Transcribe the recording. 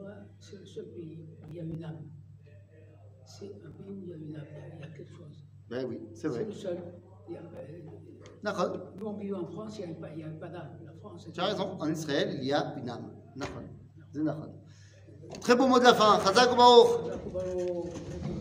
c'est le seul pays où il y a une âme. C'est un pays où il y a une âme, il y a quelque chose. Ben oui, c'est vrai. C'est le seul. D'accord. Nous, on vit en France, il n'y a pas d'âme. La France, Tu as raison, en Israël, il y a une âme. D'accord. C'est d'accord. Très beau mot de la fin. Chazak Baruch.